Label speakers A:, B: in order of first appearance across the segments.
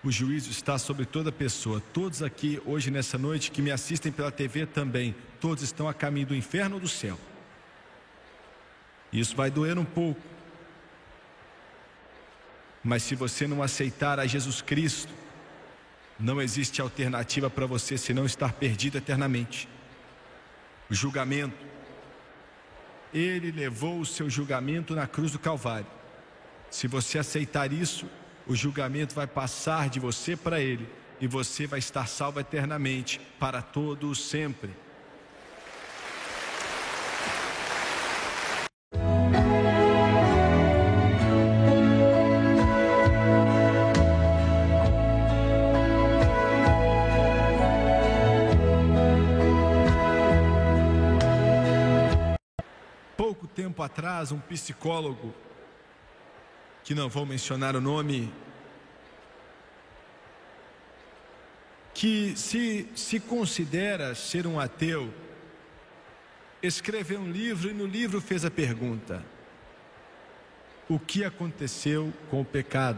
A: O juízo está sobre toda pessoa. Todos aqui, hoje, nessa noite, que me assistem pela TV também, todos estão a caminho do inferno ou do céu. Isso vai doer um pouco. Mas se você não aceitar a Jesus Cristo, não existe alternativa para você senão estar perdido eternamente. O julgamento. Ele levou o seu julgamento na cruz do Calvário. Se você aceitar isso, o julgamento vai passar de você para ele, e você vai estar salvo eternamente, para todo sempre. Pouco tempo atrás, um psicólogo, que não vou mencionar o nome, que se considera ser um ateu, escreveu um livro e no livro fez a pergunta: o que aconteceu com o pecado?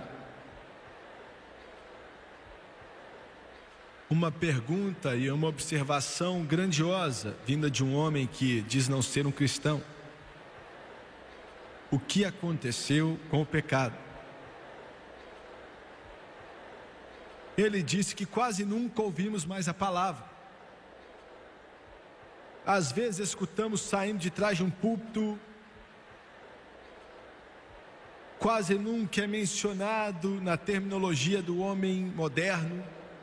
A: Uma pergunta e uma observação grandiosa vinda de um homem que diz não ser um cristão. O que aconteceu com o pecado? Ele disse que quase nunca ouvimos mais a palavra. Às vezes escutamos saindo de trás de um púlpito, quase nunca é mencionado na terminologia do homem moderno.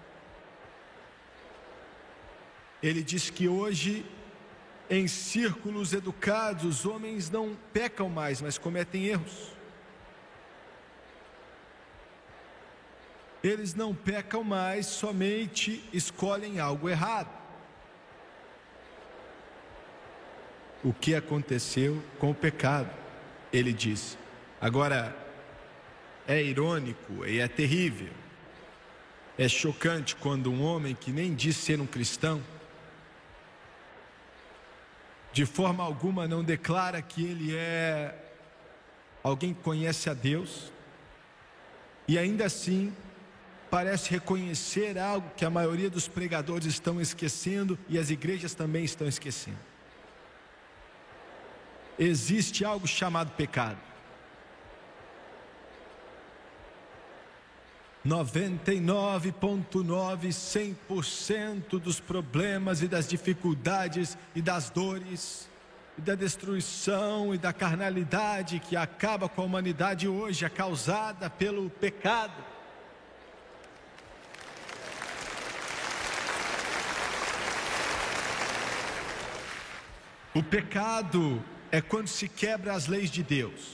A: Ele disse que hoje, em círculos educados, os homens não pecam mais, mas cometem erros. Eles não pecam mais, somente escolhem algo errado. O que aconteceu com o pecado? Ele disse. Agora, é irônico e é terrível. É chocante quando um homem que nem diz ser um cristão, de forma alguma não declara que ele é alguém que conhece a Deus, e ainda assim parece reconhecer algo que a maioria dos pregadores estão esquecendo e as igrejas também estão esquecendo. Existe algo chamado pecado. 99,9, 100% dos problemas e das dificuldades e das dores e da destruição e da carnalidade que acaba com a humanidade hoje é causada pelo pecado. O pecado é quando se quebra as leis de Deus,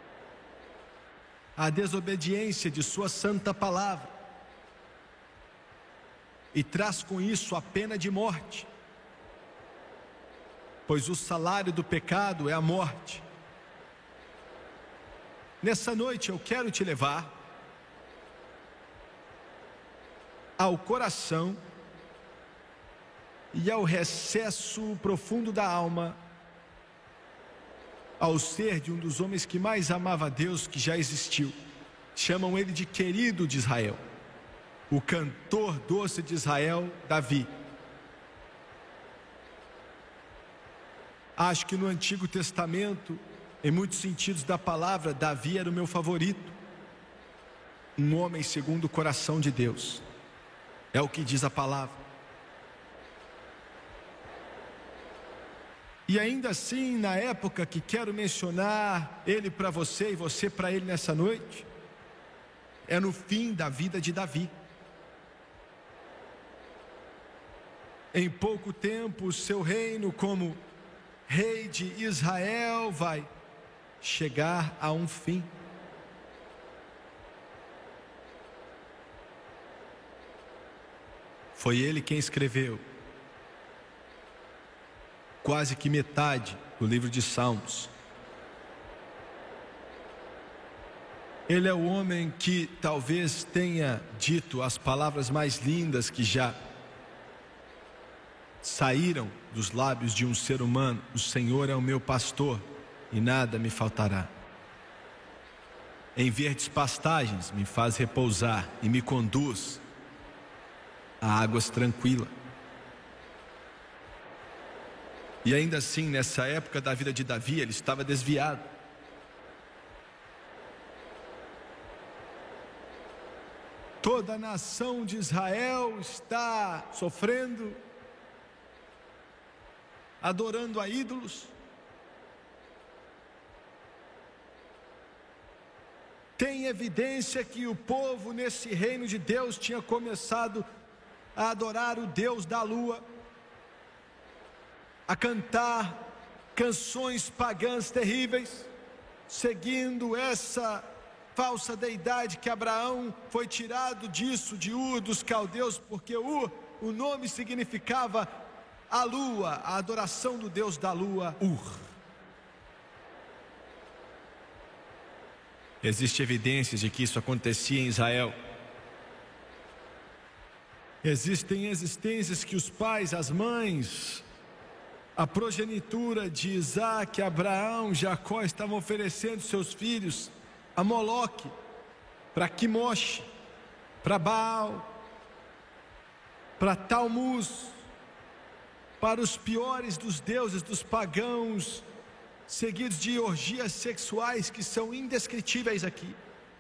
A: a desobediência de sua santa palavra, e traz com isso a pena de morte, pois o salário do pecado é a morte. Nessa noite eu quero te levar ao coração e ao recesso profundo da alma, ao ser de um dos homens que mais amava a Deus que já existiu. Chamam ele de querido de Israel, o cantor doce de Israel, Davi. Acho que no Antigo Testamento, em muitos sentidos da palavra, Davi era o meu favorito. Um homem segundo o coração de Deus, é o que diz a palavra. E ainda assim, na época que quero mencionar ele para você e você para ele nessa noite, é no fim da vida de Davi. Em pouco tempo, o seu reino como rei de Israel vai chegar a um fim. Foi ele quem escreveu quase que metade do livro de Salmos. Ele é o homem que talvez tenha dito as palavras mais lindas que já saíram dos lábios de um ser humano: o Senhor é o meu pastor e nada me faltará. Em verdes pastagens me faz repousar e me conduz a águas tranquilas. E ainda assim, nessa época da vida de Davi, ele estava desviado. Toda a nação de Israel está sofrendo, adorando a ídolos. Tem evidência que o povo nesse reino de Deus tinha começado a adorar o Deus da lua, a cantar canções pagãs terríveis, seguindo essa falsa deidade que Abraão foi tirado disso, de Ur dos caldeus, porque Ur, o nome significava a lua, a adoração do Deus da lua, Ur. Existem evidências de que isso acontecia em Israel. Existem existências que os pais, as mães, a progenitura de Isaac, Abraão, Jacó estavam oferecendo seus filhos a Moloque, para Quimosh, para Baal, para Talmuz, para os piores dos deuses, dos pagãos, seguidos de orgias sexuais que são indescritíveis aqui.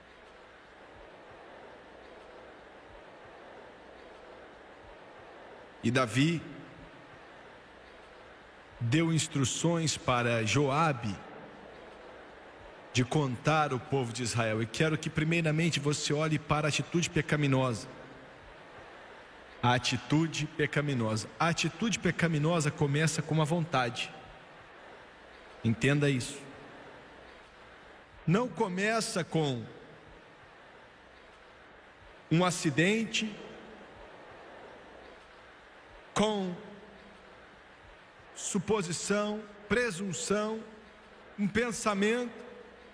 A: E Davi deu instruções para Joabe de contar o povo de Israel. E quero que primeiramente você olhe para a atitude pecaminosa. A atitude pecaminosa. A atitude pecaminosa começa com uma vontade. Entenda isso. Não começa com um acidente, com suposição, presunção, um pensamento,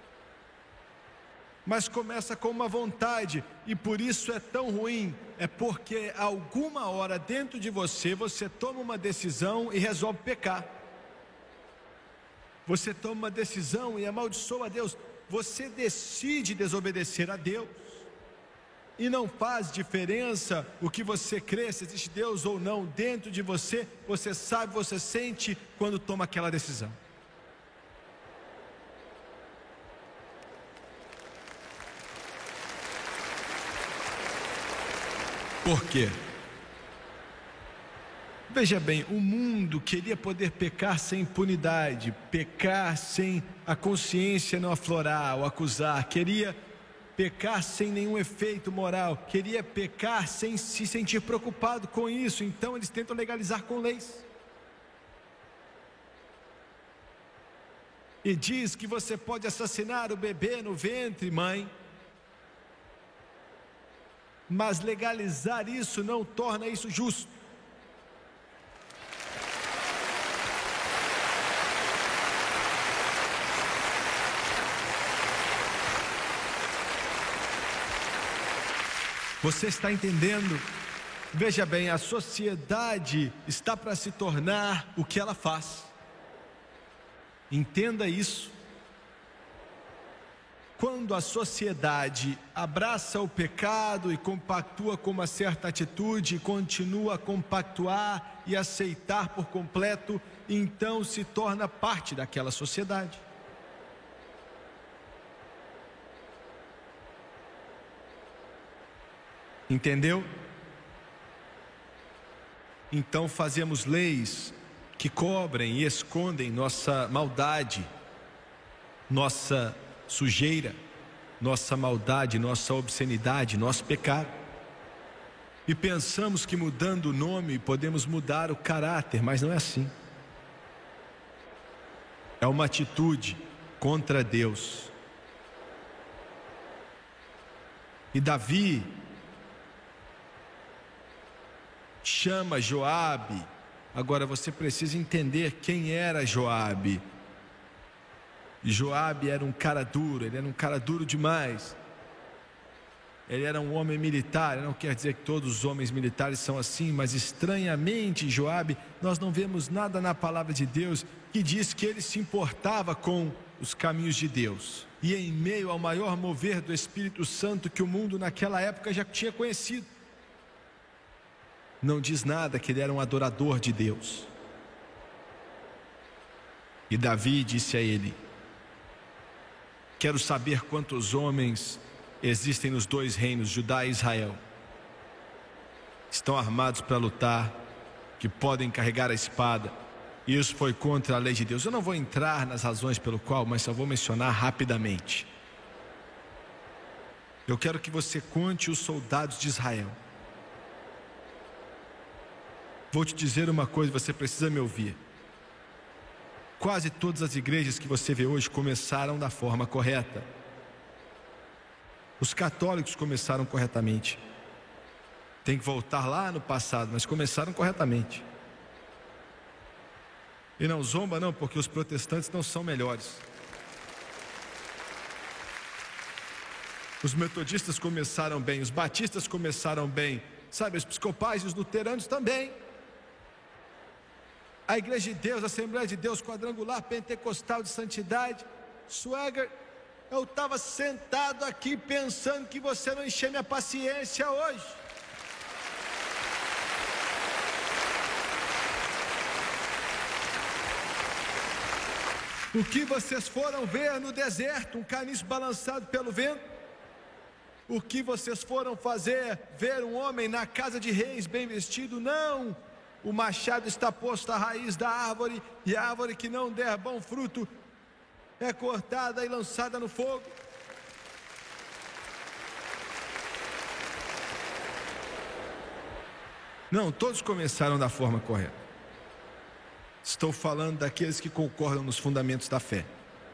A: mas começa com uma vontade, e por isso é tão ruim. É porque alguma hora dentro de você, você toma uma decisão e resolve pecar. Você toma uma decisão e amaldiçoa a Deus. Você decide desobedecer a Deus, e não faz diferença o que você crê, se existe Deus ou não dentro de você. Você sabe, você sente quando toma aquela decisão. Por quê? Veja bem, o mundo queria poder pecar sem impunidade, pecar sem a consciência não aflorar ou acusar, queria pecar sem nenhum efeito moral, queria pecar sem se sentir preocupado com isso. Então eles tentam legalizar com leis. E diz que você pode assassinar o bebê no ventre, mãe, mas legalizar isso não torna isso justo. Você está entendendo? Veja bem, a sociedade está para se tornar o que ela faz. Entenda isso. Quando a sociedade abraça o pecado e compactua com uma certa atitude, e continua a compactuar e aceitar por completo, então se torna parte daquela sociedade. Entendeu? Então fazemos leis que cobrem e escondem nossa maldade, nossa sujeira, nossa maldade, nossa obscenidade, nosso pecado. E pensamos que mudando o nome podemos mudar o caráter, mas não é assim. É uma atitude contra Deus. E Davi chama Joabe. Agora você precisa entender quem era Joabe. Joabe era um cara duro, ele era um cara duro demais. Ele era um homem militar. Não quer dizer que todos os homens militares são assim, mas estranhamente Joabe, nós não vemos nada na palavra de Deus que diz que ele se importava com os caminhos de Deus e em meio ao maior mover do Espírito Santo que o mundo naquela época já tinha conhecido. Não diz nada que ele era um adorador de Deus. E Davi disse a ele: quero saber quantos homens existem nos dois reinos, Judá e Israel, estão armados para lutar, que podem carregar a espada. E isso foi contra a lei de Deus. Eu não vou entrar nas razões pelo qual, mas só vou mencionar rapidamente. Eu quero que você conte os soldados de Israel. Vou te dizer uma coisa, você precisa me ouvir. Quase todas as igrejas que você vê hoje começaram da forma correta. Os católicos começaram corretamente. Tem que voltar lá no passado, mas começaram corretamente. E não zomba não, porque os protestantes não são melhores. Os metodistas começaram bem, os batistas começaram bem, sabe, os episcopais e os luteranos também. A Igreja de Deus, a Assembleia de Deus, Quadrangular, Pentecostal de Santidade, Swagger, eu estava sentado aqui pensando que você não encheu minha paciência hoje. O que vocês foram ver no deserto? Um caniço balançado pelo vento? O que vocês foram fazer? Ver um homem na casa de reis bem vestido? Não! O machado está posto à raiz da árvore, e a árvore que não der bom fruto é cortada e lançada no fogo. Não, todos começaram da forma correta. Estou falando daqueles que concordam nos fundamentos da fé.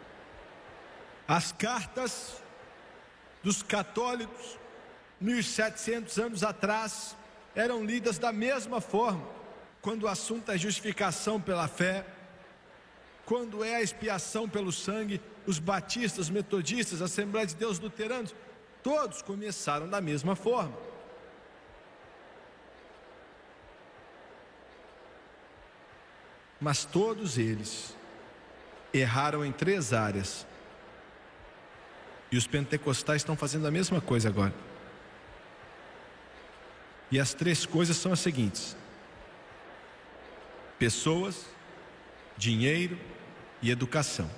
A: As cartas dos católicos, 1700 anos atrás, eram lidas da mesma forma. Quando o assunto é justificação pela fé, quando é a expiação pelo sangue, os batistas, metodistas, Assembleia de Deus, luteranos, todos começaram da mesma forma. Mas todos eles erraram em 3 áreas. E os pentecostais estão fazendo a mesma coisa agora. E as 3 coisas são as seguintes: pessoas, dinheiro e educação.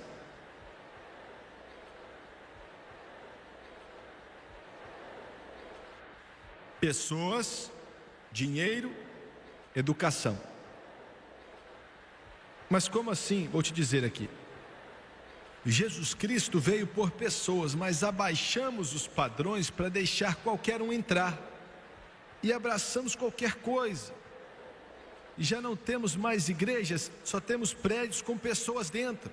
A: Pessoas, dinheiro, educação. Mas como assim? Vou te dizer aqui. Jesus Cristo veio por pessoas, mas abaixamos os padrões para deixar qualquer um entrar. E abraçamos qualquer coisa. E já não temos mais igrejas, só temos prédios com pessoas dentro.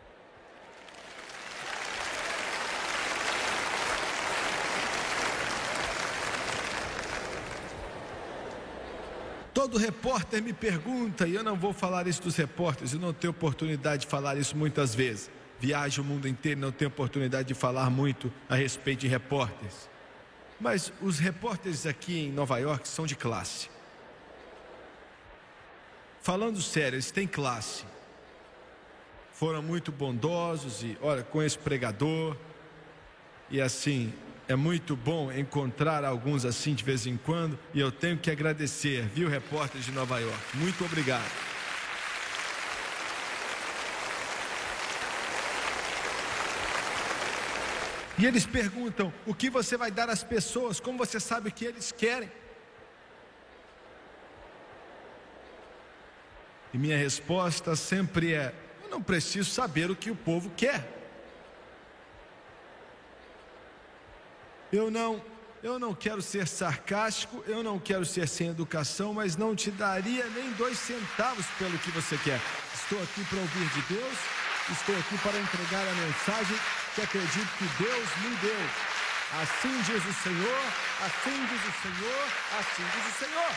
A: Todo repórter me pergunta, e eu não vou falar isso dos repórteres, eu não tenho oportunidade de falar isso muitas vezes. Viajo o mundo inteiro, não tenho oportunidade de falar muito a respeito de repórteres. Mas os repórteres aqui em Nova York são de classe. Falando sério, eles têm classe. Foram muito bondosos e, olha, com esse pregador. E assim, é muito bom encontrar alguns assim de vez em quando. E eu tenho que agradecer, viu, repórteres de Nova York? Muito obrigado. E eles perguntam, o que você vai dar às pessoas? Como você sabe o que eles querem? E minha resposta sempre é, eu não preciso saber o que o povo quer. Eu não quero ser sarcástico, eu não quero ser sem educação, mas não te daria nem 2 centavos pelo que você quer. Estou aqui para ouvir de Deus, estou aqui para entregar a mensagem que acredito que Deus me deu. Assim diz o Senhor, assim diz o Senhor, assim diz o Senhor.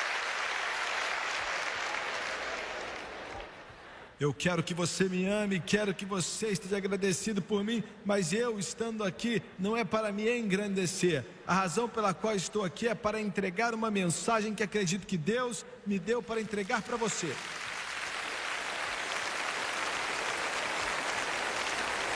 A: Eu quero que você me ame, quero que você esteja agradecido por mim, mas eu estando aqui não é para me engrandecer. A razão pela qual estou aqui é para entregar uma mensagem que acredito que Deus me deu para entregar para você.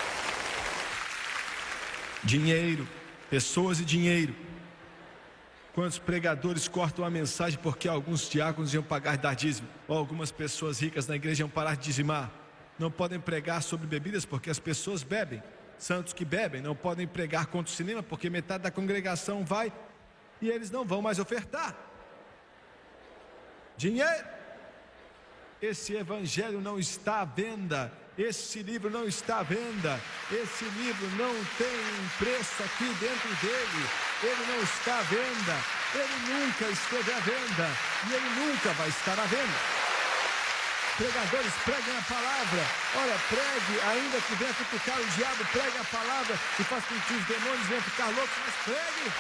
A: Dinheiro, pessoas e dinheiro. Quantos pregadores cortam a mensagem porque alguns diáconos iam pagar dar dízimo, ou algumas pessoas ricas na igreja iam parar de dizimar. Não podem pregar sobre bebidas porque as pessoas bebem. Santos que bebem não podem pregar contra o cinema porque metade da congregação vai e eles não vão mais ofertar. Dinheiro. Esse evangelho não está à venda. Esse livro não está à venda. Esse livro não tem um preço aqui dentro dele. Ele não está à venda. Ele nunca esteve à venda. E ele nunca vai estar à venda. Pregadores, preguem a palavra. Olha, pregue, ainda que venha cutucar o diabo, pregue a palavra e faça com que os demônios venham ficar loucos, mas pregue.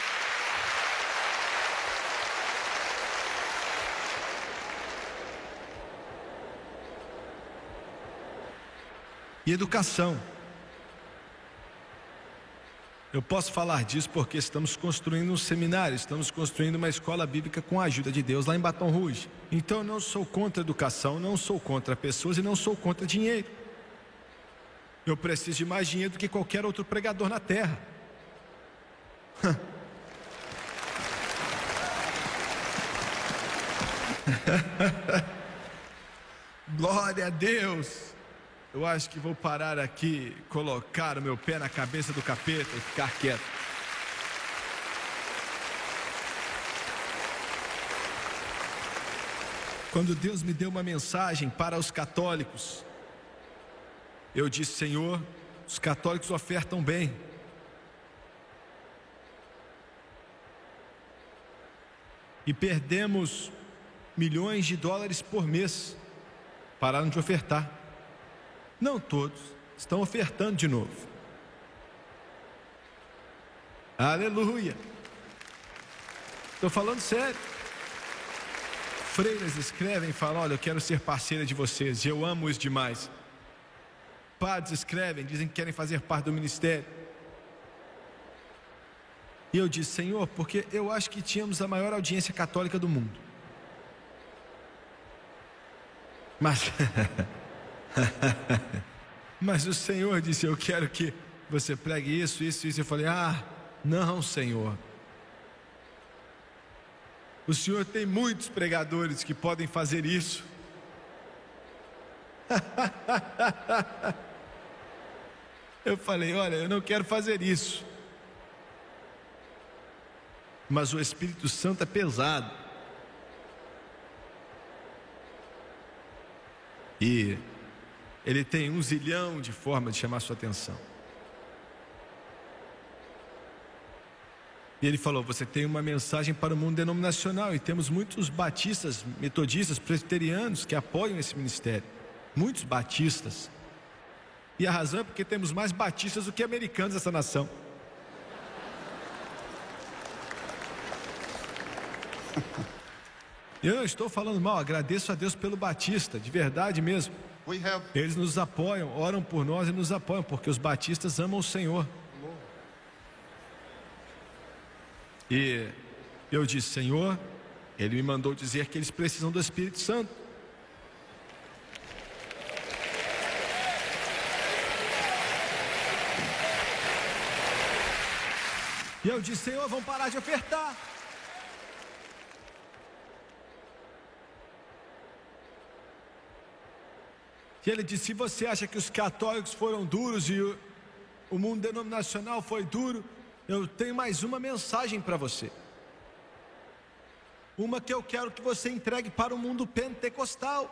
A: E educação. Eu posso falar disso porque estamos construindo um seminário, estamos construindo uma escola bíblica com a ajuda de Deus lá em Baton Rouge. Então eu não sou contra educação, não sou contra pessoas e não sou contra dinheiro. Eu preciso de mais dinheiro do que qualquer outro pregador na terra. Glória a Deus. Eu acho que vou parar aqui, colocar o meu pé na cabeça do capeta e ficar quieto. Quando Deus me deu uma mensagem para os católicos, eu disse: Senhor, os católicos ofertam bem. E perdemos milhões de dólares por mês. Pararam de ofertar. Não todos estão ofertando de novo. Aleluia. Estou falando sério. Freiras escrevem e falam: olha, eu quero ser parceira de vocês, eu amo isso demais. Padres escrevem, dizem que querem fazer parte do ministério. E eu disse: Senhor, porque eu acho que tínhamos a maior audiência católica do mundo. Mas o Senhor disse: eu quero que você pregue isso. Eu falei: não, Senhor. O Senhor tem muitos pregadores que podem fazer isso. Eu falei: olha, eu não quero fazer isso. Mas o Espírito Santo é pesado. E ele tem 1 zilhão de formas de chamar sua atenção. E ele falou: você tem uma mensagem para o mundo denominacional. E temos muitos batistas, metodistas, presbiterianos que apoiam esse ministério. Muitos batistas. E a razão é porque temos mais batistas do que americanos nessa nação. Eu não estou falando mal, agradeço a Deus pelo batista, de verdade mesmo. Eles nos apoiam, oram por nós e nos apoiam, porque os batistas amam o Senhor. E eu disse: Senhor, Ele me mandou dizer que eles precisam do Espírito Santo. E eu disse: Senhor, vamos parar de ofertar. E ele disse: se você acha que os católicos foram duros e o mundo denominacional foi duro, eu tenho mais uma mensagem para você. Uma que eu quero que você entregue para o mundo pentecostal.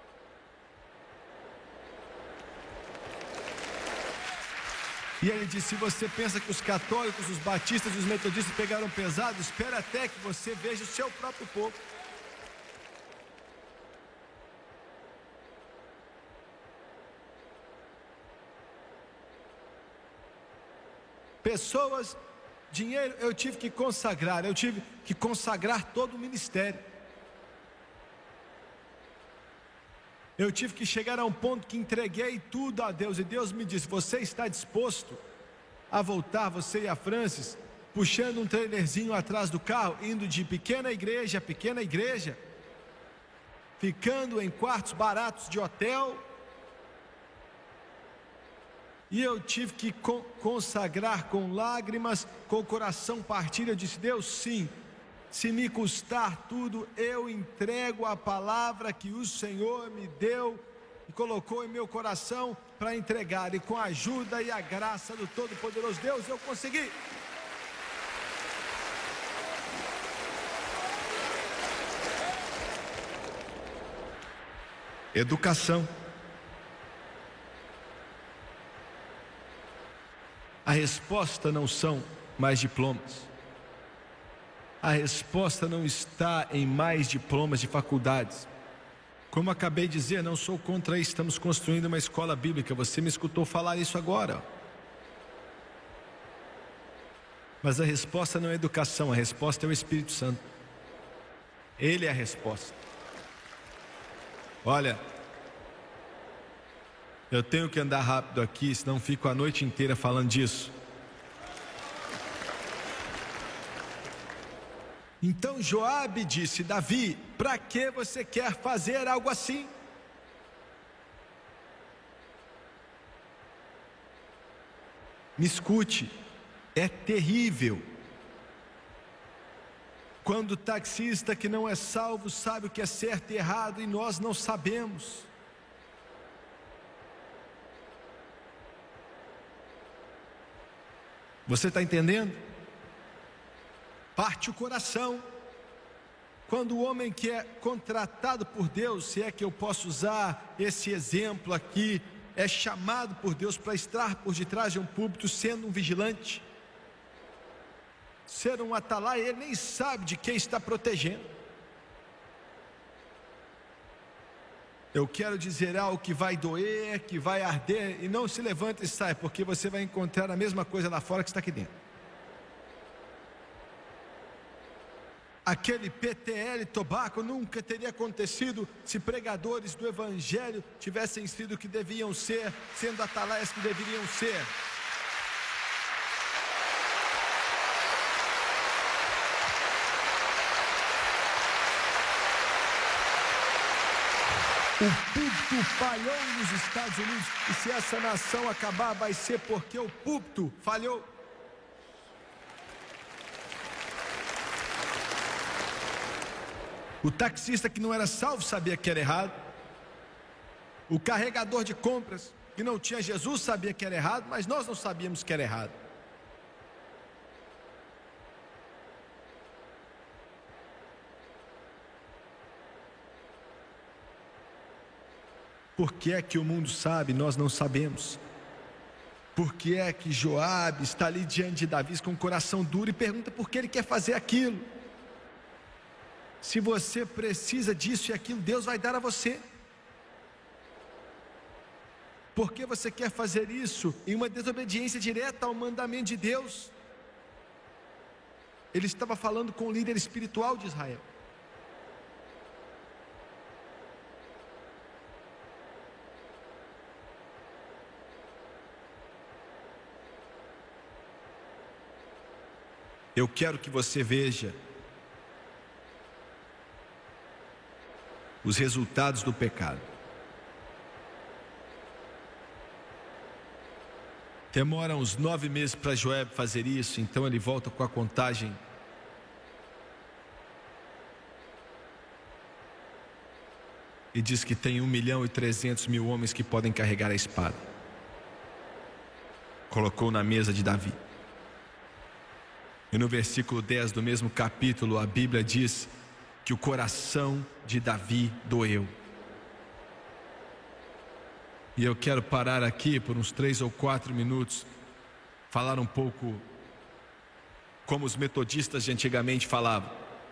A: E ele disse: se você pensa que os católicos, os batistas e os metodistas pegaram pesado, espera até que você veja o seu próprio povo. Pessoas, dinheiro, eu tive que consagrar todo o ministério. Eu tive que chegar a um ponto que entreguei tudo a Deus. E Deus me disse: você está disposto a voltar, você e a Francis, puxando um trailerzinho atrás do carro, indo de pequena igreja a pequena igreja, ficando em quartos baratos de hotel, E eu tive que consagrar com lágrimas, com o coração partido. Eu disse: Deus, sim, se me custar tudo, eu entrego a palavra que o Senhor me deu e colocou em meu coração para entregar. E com a ajuda e a graça do Todo-Poderoso Deus, eu consegui. Educação. A resposta não são mais diplomas. A resposta não está em mais diplomas de faculdades. Como acabei de dizer, não sou contra isso. Estamos construindo uma escola bíblica. Você me escutou falar isso agora. Mas a resposta não é educação, a resposta é o Espírito Santo. Ele é a resposta. Olha, eu tenho que andar rápido aqui, senão fico a noite inteira falando disso. Então Joabe disse: Davi, para que você quer fazer algo assim? Me escute, é terrível quando o taxista que não é salvo sabe o que é certo e errado e nós não sabemos. Você está entendendo? Parte o coração. Quando o homem que é contratado por Deus, se é que eu posso usar esse exemplo aqui, é chamado por Deus para estar por detrás de um púlpito sendo um vigilante, ser um atalaia, ele nem sabe de quem está protegendo. Eu quero dizer algo que vai doer, que vai arder, e não se levante e sai, porque você vai encontrar a mesma coisa lá fora que está aqui dentro. Aquele PTL Tobacco nunca teria acontecido se pregadores do Evangelho tivessem sido o que deviam ser, sendo atalaias que deveriam ser. O púlpito falhou nos Estados Unidos, e se essa nação acabar, vai ser porque o púlpito falhou. O taxista que não era salvo sabia que era errado. O carregador de compras que não tinha Jesus sabia que era errado, mas nós não sabíamos que era errado. Por que é que o mundo sabe, nós não sabemos? Por que é que Joabe está ali diante de Davi com o coração duro e pergunta por que ele quer fazer aquilo? Se você precisa disso e aquilo, Deus vai dar a você. Por que você quer fazer isso em uma desobediência direta ao mandamento de Deus? Ele estava falando com o líder espiritual de Israel. Eu quero que você veja os resultados do pecado. Demora uns 9 meses para Joabe fazer isso, então ele volta com a contagem. E diz que tem 1.300.000 homens que podem carregar a espada. Colocou na mesa de Davi. E no versículo 10 do mesmo capítulo, a Bíblia diz que o coração de Davi doeu. E eu quero parar aqui por uns 3 ou 4 minutos, falar um pouco como os metodistas de antigamente falavam.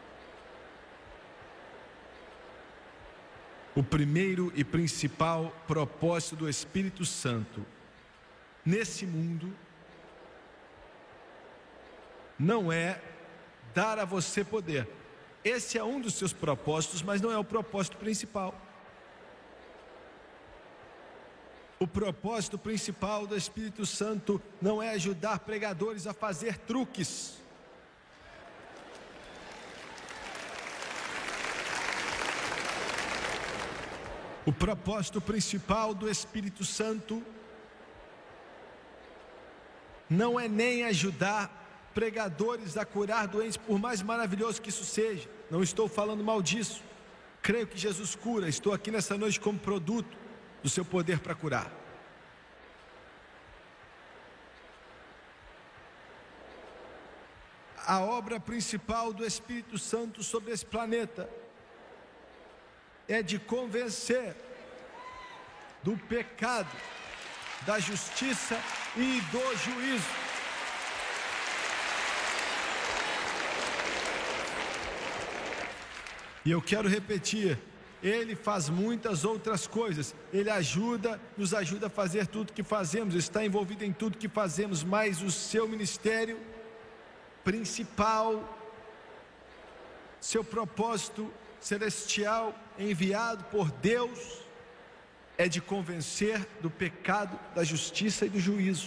A: O primeiro e principal propósito do Espírito Santo nesse mundo não é dar a você poder. Esse é um dos seus propósitos, mas não é o propósito principal. O propósito principal do Espírito Santo não é ajudar pregadores a fazer truques. O propósito principal do Espírito Santo não é nem ajudar pregadores a curar doentes, por mais maravilhoso que isso seja. Não estou falando mal disso. Creio que Jesus cura. Estou aqui nessa noite como produto do seu poder para curar. A obra principal do Espírito Santo sobre esse planeta é de convencer do pecado, da justiça e do juízo. E eu quero repetir, Ele faz muitas outras coisas. Ele nos ajuda a fazer tudo que fazemos, está envolvido em tudo que fazemos, mas o seu ministério principal, seu propósito celestial enviado por Deus é de convencer do pecado, da justiça e do juízo.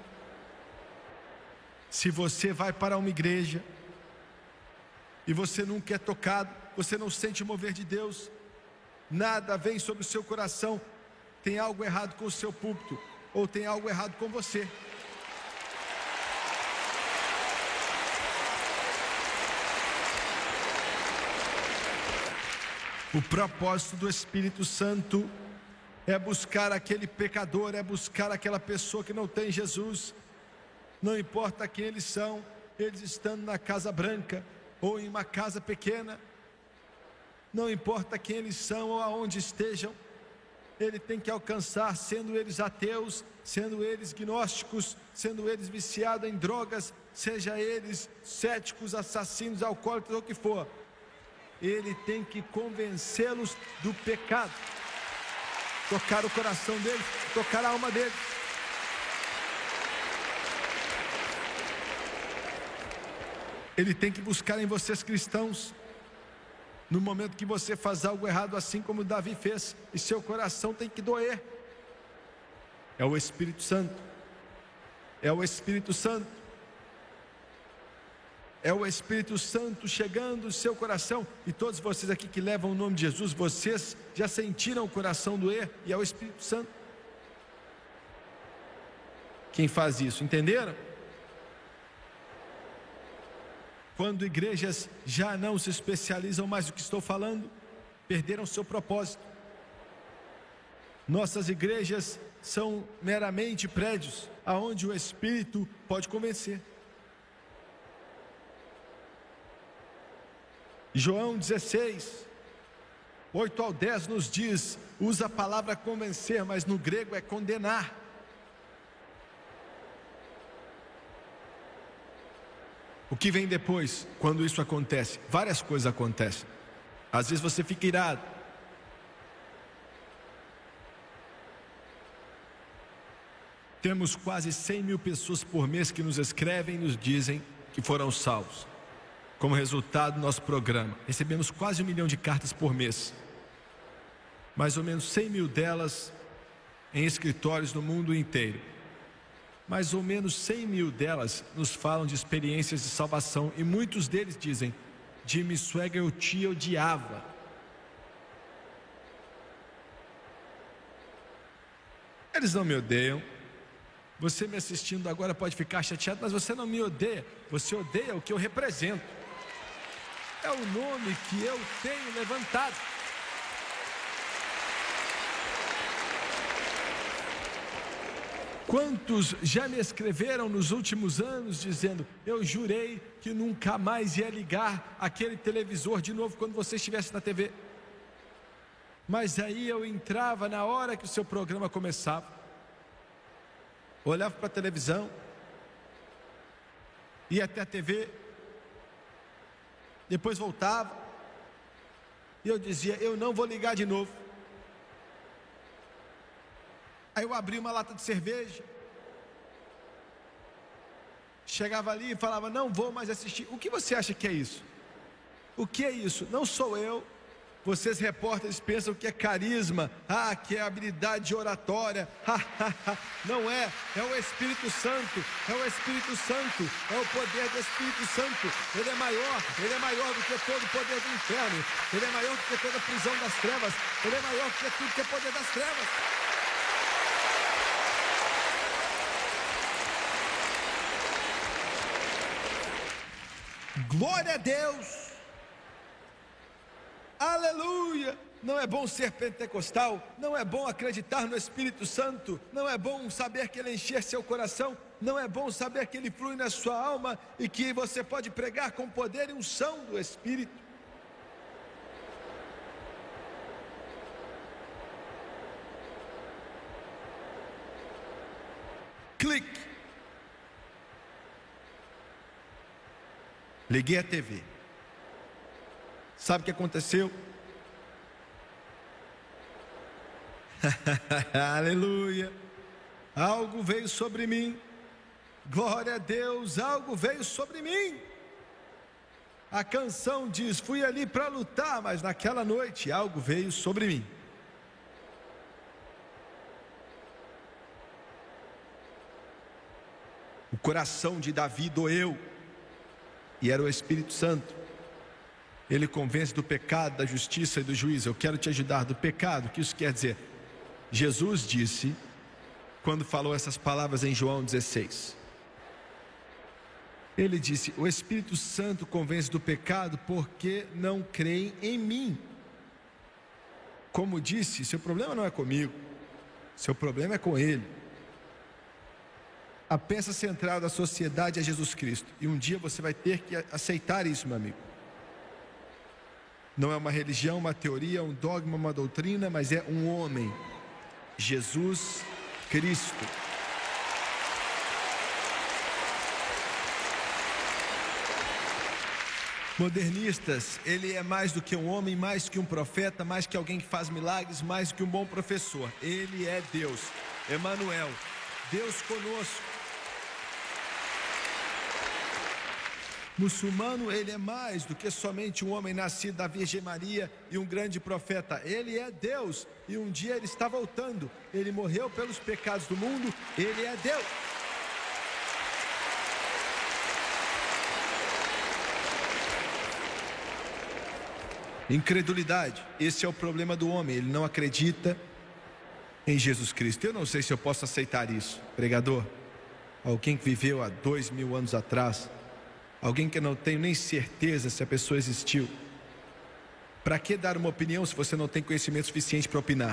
A: Se você vai para uma igreja e você nunca é tocado, você não sente o mover de Deus, nada vem sobre o seu coração, tem algo errado com o seu púlpito, ou tem algo errado com você. O propósito do Espírito Santo é buscar aquele pecador, é buscar aquela pessoa que não tem Jesus. Não importa quem eles são, eles estando na Casa Branca ou em uma casa pequena, não importa quem eles são ou aonde estejam, ele tem que alcançar, sendo eles ateus, sendo eles gnósticos, sendo eles viciados em drogas, seja eles céticos, assassinos, alcoólatras ou o que for. Ele tem que convencê-los do pecado, tocar o coração deles, tocar a alma deles. Ele tem que buscar em vocês cristãos, no momento que você faz algo errado, assim como Davi fez, e seu coração tem que doer. É o Espírito Santo, é o Espírito Santo. É o Espírito Santo chegando no seu coração. E todos vocês aqui que levam o nome de Jesus, vocês já sentiram o coração doer, e é o Espírito Santo quem faz isso, entenderam? Quando igrejas já não se especializam mais no que estou falando, perderam seu propósito. Nossas igrejas são meramente prédios aonde o Espírito pode convencer. João 16, 8 ao 10 nos diz, usa a palavra convencer, mas no grego é condenar. O que vem depois, quando isso acontece? Várias coisas acontecem. Às vezes você fica irado. Temos quase 100 mil pessoas por mês que nos escrevem e nos dizem que foram salvos. Como resultado do nosso programa, recebemos quase 1 milhão de cartas por mês. Mais ou menos 100 mil delas em escritórios no mundo inteiro. Mais ou menos 100 mil delas nos falam de experiências de salvação. E muitos deles dizem, Jimmy Swaggart, eu te odiava. Eles não me odeiam. Você me assistindo agora pode ficar chateado, mas você não me odeia. Você odeia o que eu represento. É o nome que eu tenho levantado. Quantos já me escreveram nos últimos anos dizendo, eu jurei que nunca mais ia ligar aquele televisor de novo quando você estivesse na TV. Mas aí eu entrava na hora que o seu programa começava, olhava para a televisão, ia até a TV, depois voltava, e eu dizia, eu não vou ligar de novo. Aí eu abri uma lata de cerveja, chegava ali e falava, não vou mais assistir. O que você acha que é isso? O que é isso? Não sou eu. Vocês repórteres pensam que é carisma, que é habilidade de oratória. Não é, é o Espírito Santo, é o Espírito Santo, é o poder do Espírito Santo. Ele é maior do que todo o poder do inferno, ele é maior do que toda a prisão das trevas, ele é maior do que tudo que é poder das trevas. Glória a Deus. Aleluia. Não é bom ser pentecostal, não é bom acreditar no Espírito Santo, não é bom saber que Ele encher seu coração, não é bom saber que Ele flui na sua alma e que você pode pregar com poder e unção do Espírito. Clique. Liguei a TV. Sabe o que aconteceu? Aleluia. Algo veio sobre mim. Glória a Deus, algo veio sobre mim. A canção diz: fui ali para lutar, mas naquela noite algo veio sobre mim. O coração de Davi doeu, e era o Espírito Santo. Ele convence do pecado, da justiça e do juízo. Eu quero te ajudar. Do pecado, o que isso quer dizer? Jesus disse, quando falou essas palavras em João 16, Ele disse: o Espírito Santo convence do pecado porque não creem em mim. Como disse, seu problema não é comigo, seu problema é com Ele. A peça central da sociedade é Jesus Cristo, e um dia você vai ter que aceitar isso, meu amigo. Não é uma religião, uma teoria, um dogma, uma doutrina, mas é um homem, Jesus Cristo. Modernistas, ele é mais do que um homem, mais que um profeta, mais que alguém que faz milagres, mais que um bom professor. Ele é Deus, Emanuel, Deus conosco. Muçulmano, ele é mais do que somente um homem nascido da Virgem Maria e um grande profeta. Ele é Deus e um dia ele está voltando. Ele morreu pelos pecados do mundo, ele é Deus. Incredulidade, esse é o problema do homem, ele não acredita em Jesus Cristo. Eu não sei se eu posso aceitar isso, pregador. Alguém que viveu há 2000 anos atrás, alguém que eu não tenho nem certeza se a pessoa existiu. Para que dar uma opinião se você não tem conhecimento suficiente para opinar?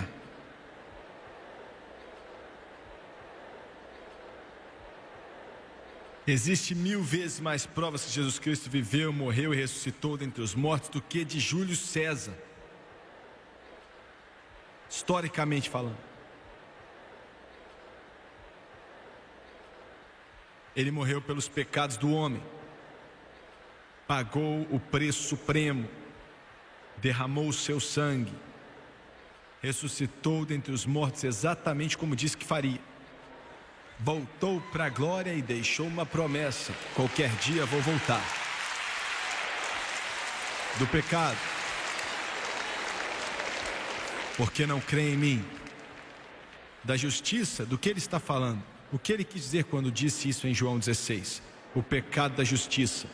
A: Existe 1000 vezes mais provas que Jesus Cristo viveu, morreu e ressuscitou dentre os mortos do que de Júlio César, historicamente falando. Ele morreu pelos pecados do homem, pagou o preço supremo, derramou o seu sangue, ressuscitou dentre os mortos exatamente como disse que faria. Voltou para a glória e deixou uma promessa: qualquer dia vou voltar. Do pecado, porque não crê em mim. Da justiça, do que ele está falando? O que ele quis dizer quando disse isso em João 16? O pecado da justiça.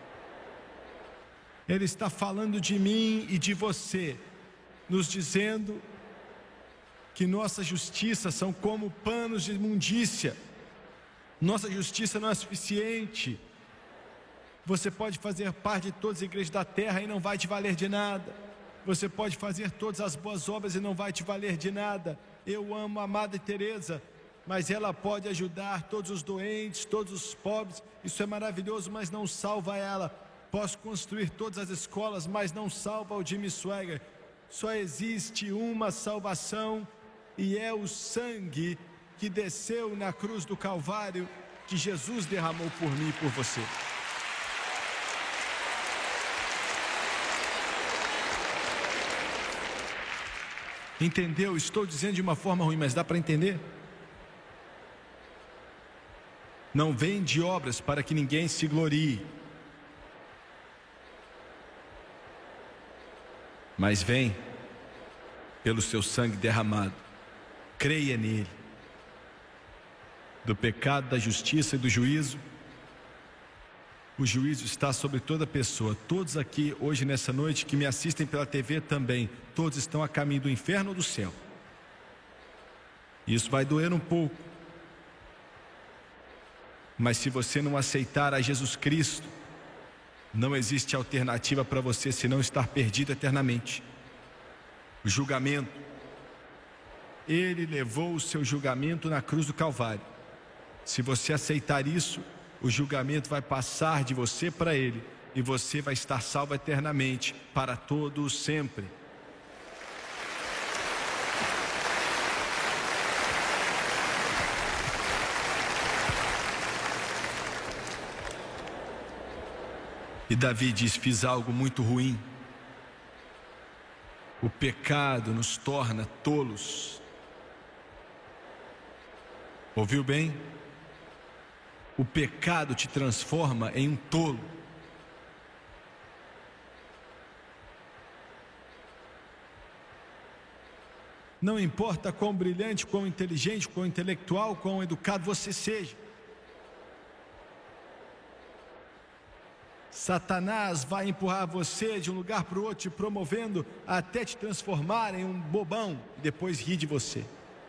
A: Ele está falando de mim e de você, nos dizendo que nossa justiça são como panos de imundícia. Nossa justiça não é suficiente. Você pode fazer parte de todas as igrejas da terra e não vai te valer de nada. Você pode fazer todas as boas obras e não vai te valer de nada. Eu amo a Madre Teresa, mas ela pode ajudar todos os doentes, todos os pobres. Isso é maravilhoso, mas não salva ela. Posso construir todas as escolas, mas não salva o Jimmy Swaggart. Só existe uma salvação, e é o sangue que desceu na cruz do Calvário, que Jesus derramou por mim e por você. Entendeu? Estou dizendo de uma forma ruim, mas dá para entender? Não vem de obras para que ninguém se glorie, mas vem pelo seu sangue derramado. Creia nele. Do pecado, da justiça e do juízo. O juízo está sobre toda pessoa. Todos aqui hoje nessa noite que me assistem pela TV também, todos estão a caminho do inferno ou do céu. Isso vai doer um pouco, mas se você não aceitar a Jesus Cristo, Não existe alternativa para você senão estar perdido eternamente. O julgamento. Ele levou o seu julgamento na cruz do Calvário. Se você aceitar isso, o julgamento vai passar de você para ele, e você vai estar salvo eternamente, para todo sempre. E Davi diz: fiz algo muito ruim. O pecado nos torna tolos. Ouviu bem? O pecado te transforma em um tolo. Não importa quão brilhante, quão inteligente, quão intelectual, quão educado você seja. Satanás vai empurrar você de um lugar para o outro, te promovendo até te transformar em um bobão e depois rir de você.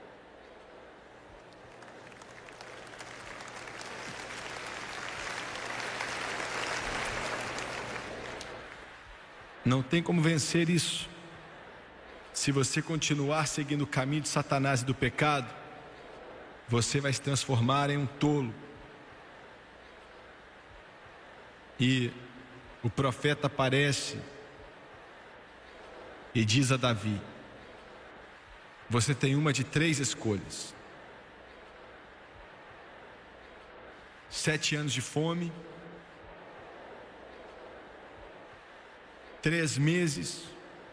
A: Não tem como vencer isso. Se você continuar seguindo o caminho de Satanás e do pecado, você vai se transformar em um tolo. E o profeta aparece e diz a Davi: você tem uma de 3 escolhas: 7 anos de fome, 3 meses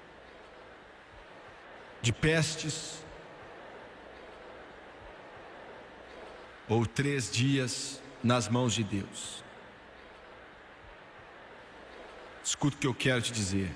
A: de pestes, ou 3 dias nas mãos de Deus. Escuta o que eu quero te dizer.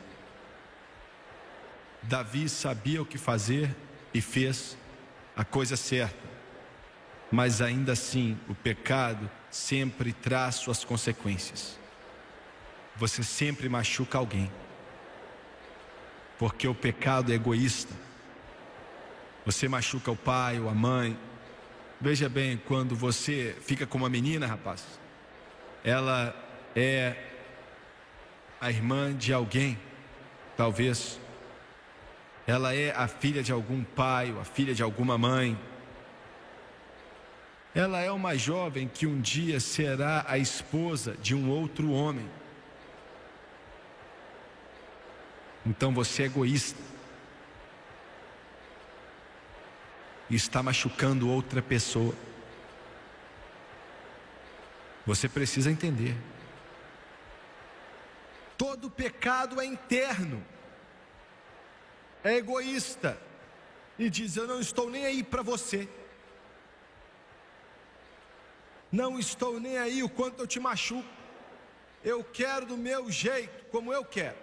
A: Davi sabia o que fazer e fez a coisa certa, mas ainda assim o pecado sempre traz suas consequências. Você sempre machuca alguém, porque o pecado é egoísta. Você machuca o pai ou a mãe. Veja bem, quando você fica com uma menina, rapaz, ela é a irmã de alguém, talvez. Ela é a filha de algum pai ou a filha de alguma mãe. Ela é uma jovem que um dia será a esposa de um outro homem. Então você é egoísta e está machucando outra pessoa. Você precisa entender. Todo pecado é interno, é egoísta e diz: eu não estou nem aí para você, não estou nem aí o quanto eu te machuco, eu quero do meu jeito, como eu quero.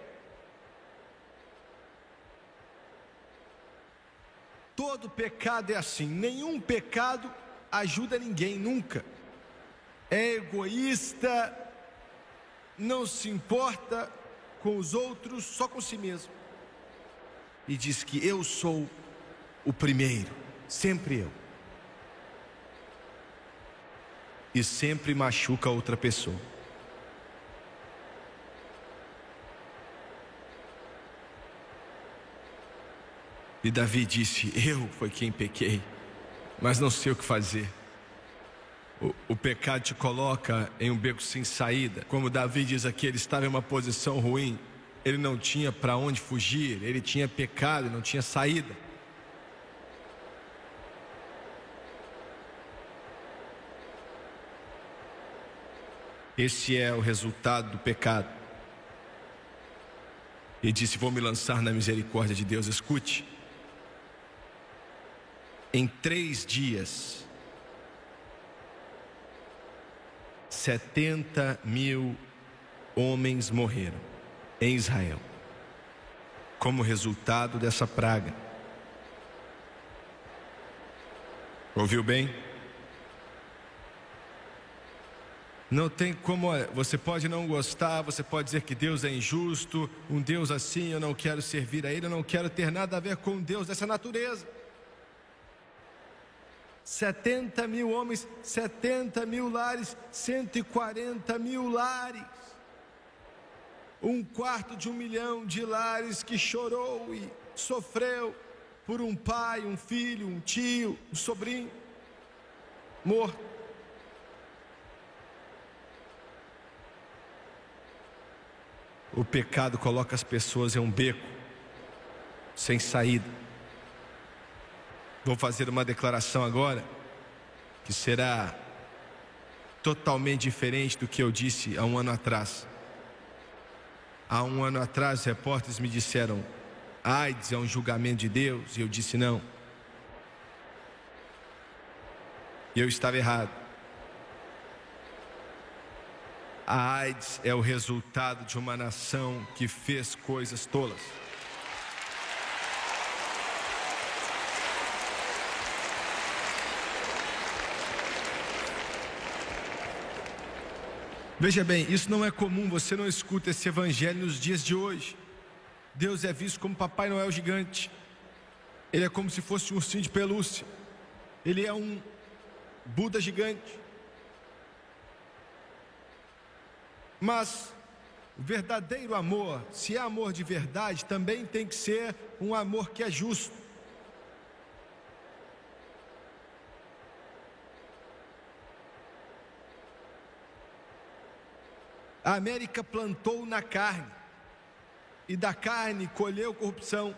A: Todo pecado é assim. Nenhum pecado ajuda ninguém, nunca. É egoísta, não se importa com os outros, só com si mesmo. E diz que eu sou o primeiro, sempre eu. E sempre machuca outra pessoa. E Davi disse: eu foi quem pequei, mas não sei o que fazer. O pecado te coloca em um beco sem saída. Como Davi diz aqui, ele estava em uma posição ruim. Ele não tinha para onde fugir. Ele tinha pecado, não tinha saída. Esse é o resultado do pecado. Ele disse: vou me lançar na misericórdia de Deus. Escute. Em 3 dias, 70.000 homens morreram em Israel, como resultado dessa praga. Ouviu bem? Não tem como. Você pode não gostar, você pode dizer que Deus é injusto, um Deus assim, eu não quero servir a Ele, eu não quero ter nada a ver com um Deus dessa natureza. 70.000 homens, 70.000 lares, 140.000 lares. 1/4 milhão de lares que chorou e sofreu por um pai, um filho, um tio, um sobrinho morto. O pecado coloca as pessoas em um beco sem saída. Vou fazer uma declaração agora que será totalmente diferente do que eu disse há um ano atrás. Há um ano atrás, os repórteres me disseram: AIDS é um julgamento de Deus, e eu disse não. E eu estava errado. A AIDS é o resultado de uma nação que fez coisas tolas. Veja bem, isso não é comum, você não escuta esse evangelho nos dias de hoje. Deus é visto como Papai Noel gigante. Ele é como se fosse um ursinho de pelúcia. Ele é um Buda gigante. Mas o verdadeiro amor, se é amor de verdade, também tem que ser um amor que é justo. A América plantou na carne, e da carne colheu corrupção.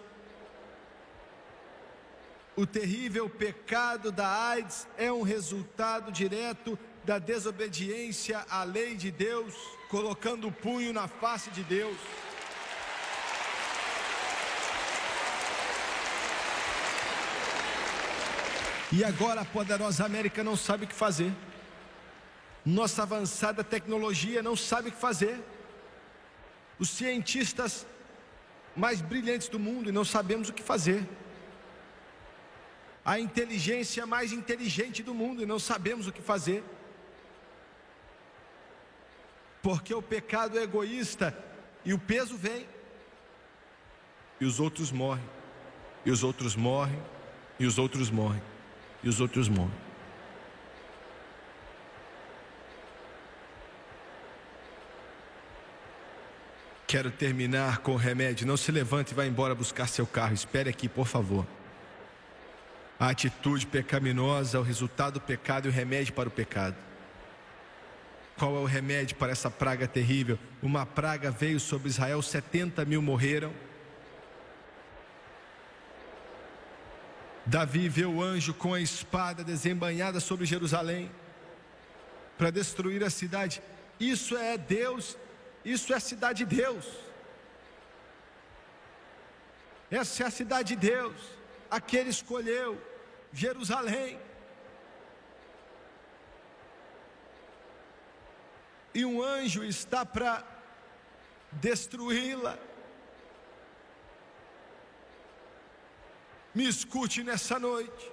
A: O terrível pecado da AIDS é um resultado direto da desobediência à lei de Deus, colocando o punho na face de Deus. E agora a poderosa América não sabe o que fazer. Nossa avançada tecnologia não sabe o que fazer. Os cientistas mais brilhantes do mundo e não sabemos o que fazer. A inteligência mais inteligente do mundo e não sabemos o que fazer. Porque o pecado é egoísta e o peso vem. E os outros morrem. E os outros morrem. E os outros morrem. E os outros morrem. Quero terminar com o remédio. Não se levante e vá embora buscar seu carro. Espere aqui, por favor. A atitude pecaminosa é o resultado do pecado e o remédio para o pecado. Qual é o remédio para essa praga terrível? Uma praga veio sobre Israel, 70 mil morreram. Davi vê o anjo com a espada desembainhada sobre Jerusalém para destruir a cidade. Isso é Deus. Isso é a cidade de Deus. Essa é a cidade de Deus. Aquele escolheu Jerusalém. E um anjo está para destruí-la. Me escute nessa noite.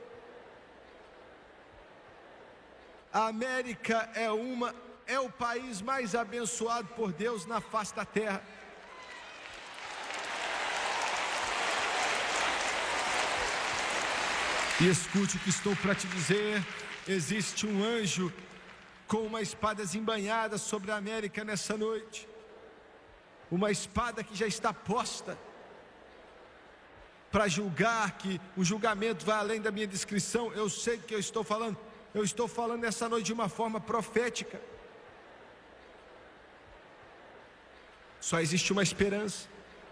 A: A América é o país mais abençoado por Deus na face da terra. E escute o que estou para te dizer. Existe um anjo com uma espada desembainhada sobre a América nessa noite. Uma espada que já está posta para julgar, que o julgamento vai além da minha descrição. Eu sei do que eu estou falando. Eu estou falando nessa noite de uma forma profética. Só existe uma esperança.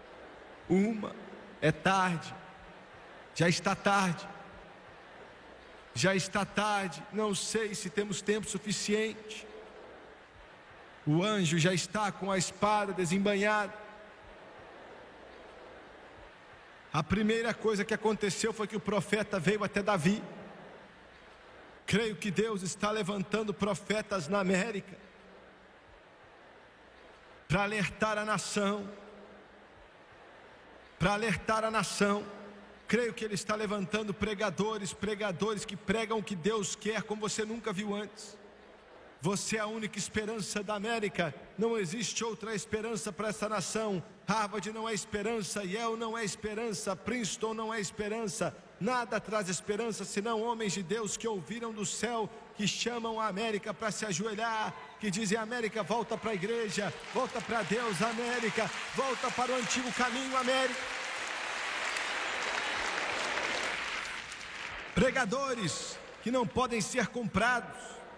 A: É tarde. Já está tarde. Já está tarde. Não sei se temos tempo suficiente. O anjo já está com a espada desembainhada. A primeira coisa que aconteceu foi que o profeta veio até Davi. Creio que Deus está levantando profetas na América para alertar a nação. Para alertar a nação. Creio que Ele está levantando pregadores que pregam o que Deus quer, como você nunca viu antes. Você é a única esperança da América. Não existe outra esperança para essa nação. Harvard não é esperança, Yale não é esperança, Princeton não é esperança. Nada traz esperança senão homens de Deus que ouviram do céu, que chamam a América para se ajoelhar, que dizem: América, volta para a igreja, volta para Deus, América, volta para o antigo caminho, América. Pregadores que não podem ser comprados.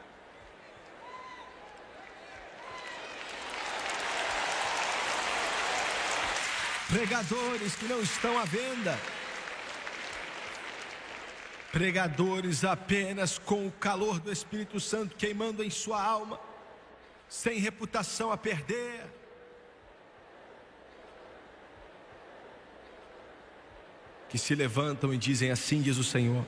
A: Pregadores que não estão à venda. Pregadores apenas com o calor do Espírito Santo queimando em sua alma, sem reputação a perder. Que se levantam e dizem: assim diz o Senhor.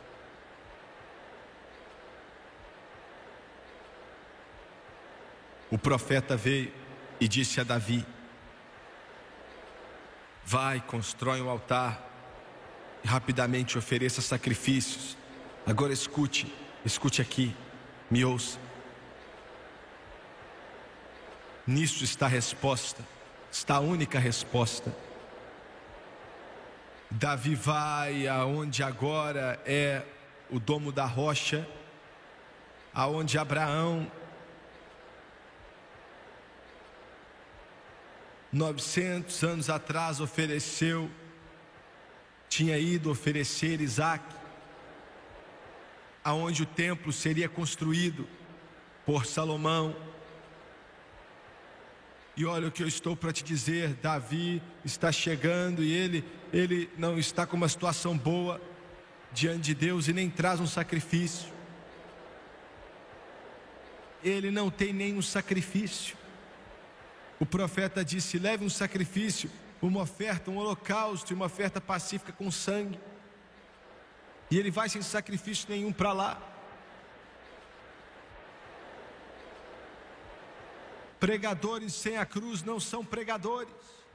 A: O profeta veio e disse a Davi: vai, constrói um altar e rapidamente ofereça sacrifícios. Agora escute aqui, me ouça. Nisso está a resposta, está a única resposta. Davi vai aonde agora é o domo da rocha, aonde Abraão, 900 anos atrás, tinha ido oferecer Isaac, aonde o templo seria construído por Salomão. E olha o que eu estou para te dizer: Davi está chegando e ele não está com uma situação boa diante de Deus e nem traz um sacrifício. Ele não tem nenhum sacrifício. O profeta disse: leve um sacrifício, uma oferta, um holocausto e uma oferta pacífica com sangue. E ele vai sem sacrifício nenhum para lá. Pregadores sem a cruz não são pregadores.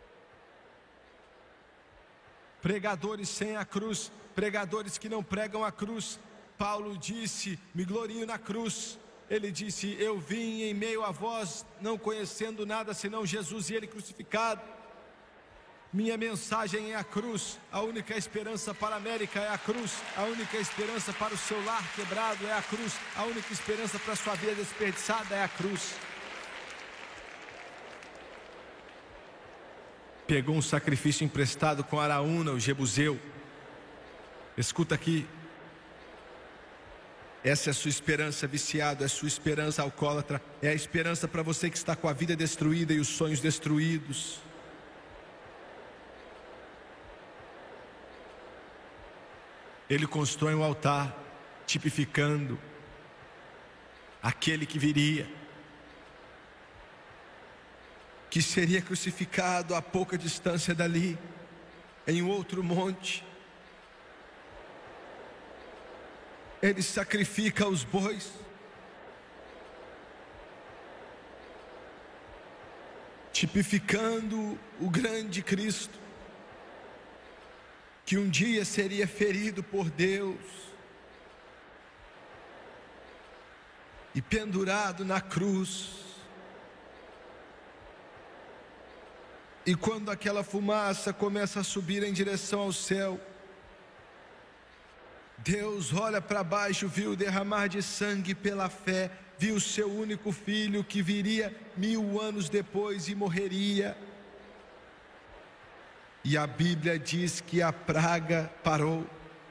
A: Pregadores sem a cruz, pregadores que não pregam a cruz. Paulo disse: me glorio na cruz. Ele disse: eu vim em meio a vós, não conhecendo nada senão Jesus e Ele crucificado. Minha mensagem é a cruz. A única esperança para a América é a cruz. A única esperança para o seu lar quebrado é a cruz. A única esperança para a sua vida desperdiçada é a cruz. Pegou um sacrifício emprestado com Araúna, o Jebuseu. Escuta aqui. Essa é a sua esperança, viciado, é a sua esperança, alcoólatra. É a esperança para você que está com a vida destruída e os sonhos destruídos. Ele constrói um altar, tipificando aquele que viria, que seria crucificado a pouca distância dali, em outro monte. Ele sacrifica os bois, tipificando o grande Cristo, que um dia seria ferido por Deus e pendurado na cruz. E quando aquela fumaça começa a subir em direção ao céu, Deus olha para baixo, viu o derramar de sangue pela fé, viu o seu único filho que viria 1000 anos depois e morreria. E a Bíblia diz que a praga parou.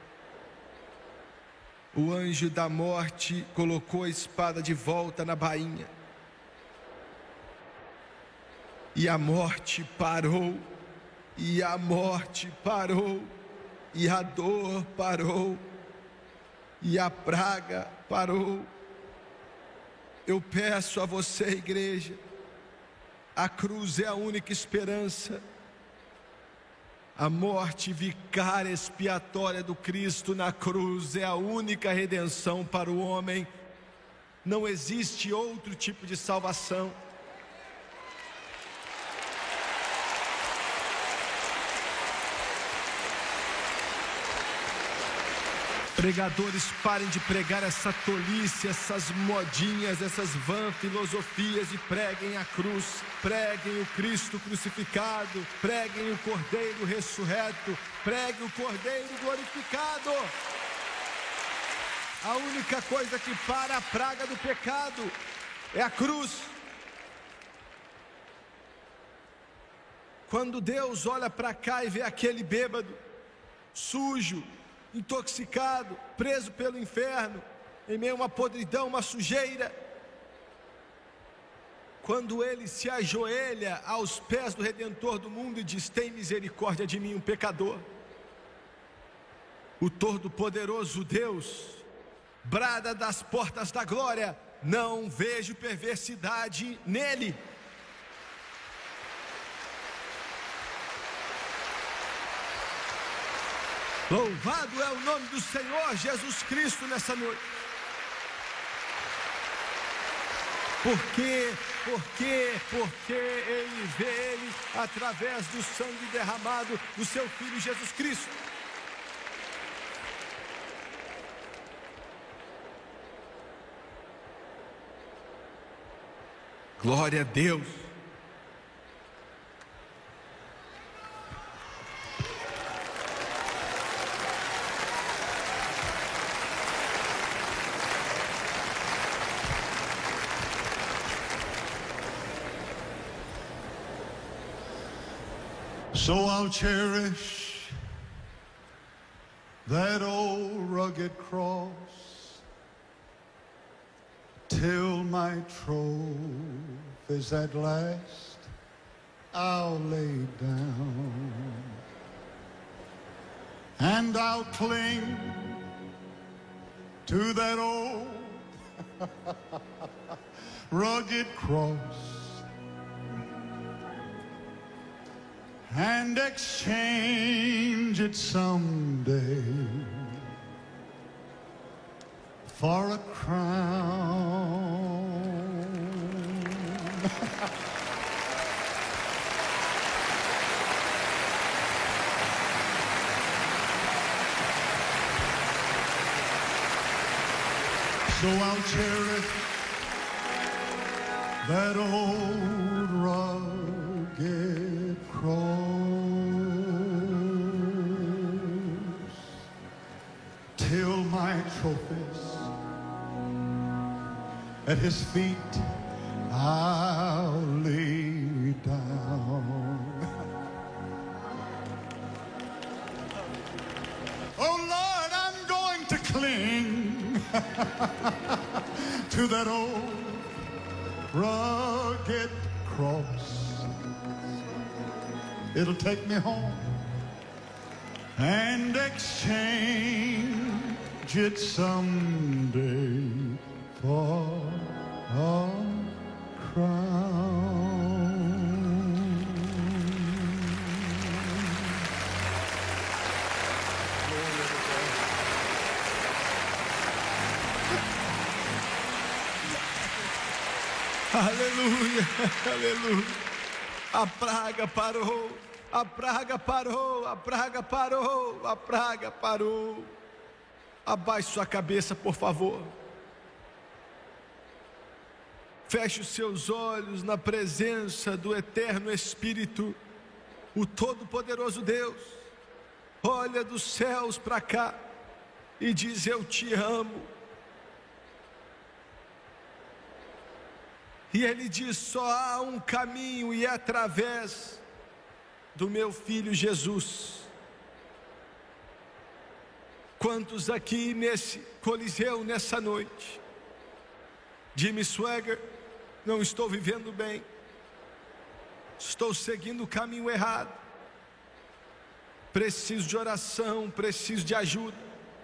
A: O anjo da morte colocou a espada de volta na bainha. E a morte parou, e a morte parou, e a dor parou, e a praga parou. Eu peço a você, igreja, a cruz é a única esperança. A morte vicária expiatória do Cristo na cruz é a única redenção para o homem. Não existe outro tipo de salvação. Pregadores, parem de pregar essa tolice, essas modinhas, essas vã filosofias, e preguem a cruz, preguem o Cristo crucificado, preguem o Cordeiro ressurreto, preguem o Cordeiro glorificado. A única coisa que para a praga do pecado, é a cruz. Quando Deus olha para cá e vê aquele bêbado, sujo, intoxicado, preso pelo inferno, em meio a uma podridão, uma sujeira, quando ele se ajoelha aos pés do Redentor do mundo e diz: tem misericórdia de mim, um pecador, o Todo-Poderoso Deus brada das portas da glória: não vejo perversidade nele. Louvado é o nome do Senhor Jesus Cristo nessa noite. Porque ele vê ele através do sangue derramado do seu Filho Jesus Cristo. Glória a Deus.
B: So I'll cherish that old rugged cross till my trophies at last I'll lay down, and I'll cling to that old rugged cross and exchange it someday for a crown. So I'll cherish that old rugged cross till my trophies at his feet I'll lay down. Oh Lord, I'm going to cling to that old rugged cross. It'll take me home and exchange it someday for a crown.
A: Aleluia, aleluia. A praga parou, a praga parou, a praga parou, a praga parou. Abaixe sua cabeça, por favor. Feche os seus olhos na presença do Eterno Espírito, o Todo-Poderoso Deus. Olha dos céus para cá e diz: eu te amo. E ele diz: só há um caminho, e é através do meu Filho Jesus. Quantos aqui nesse Coliseu, nessa noite? Jimmy Swaggart, não estou vivendo bem, estou seguindo o caminho errado, preciso de oração, preciso de ajuda.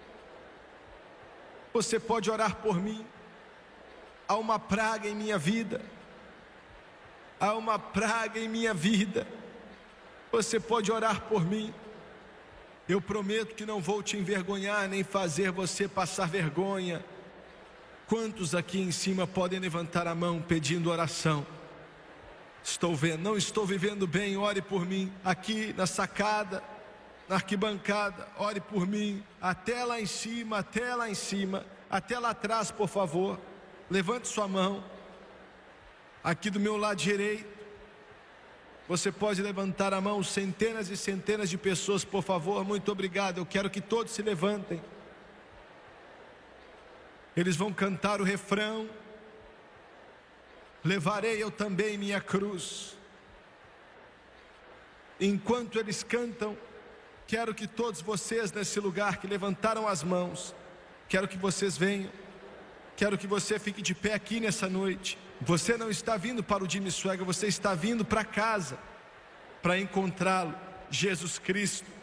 A: Você pode orar por mim. Há uma praga em minha vida, há uma praga em minha vida. Você pode orar por mim. Eu prometo que não vou te envergonhar, nem fazer você passar vergonha. Quantos aqui em cima podem levantar a mão pedindo oração? Estou vendo, não estou vivendo bem, ore por mim. Aqui na sacada, na arquibancada, ore por mim. Até lá em cima, até lá em cima, até lá atrás, por favor. Levante sua mão. Aqui do meu lado direito, você pode levantar a mão. Centenas e centenas de pessoas, por favor, muito obrigado. Eu quero que todos se levantem. Eles vão cantar o refrão. levarei eu também minha cruz. Enquanto eles cantam, quero que todos vocês nesse lugar que levantaram as mãos, quero que vocês venham, quero que você fique de pé aqui nessa noite. Você não está vindo para o Jimmy Swaggart, você está vindo para casa, para encontrá-lo, Jesus Cristo.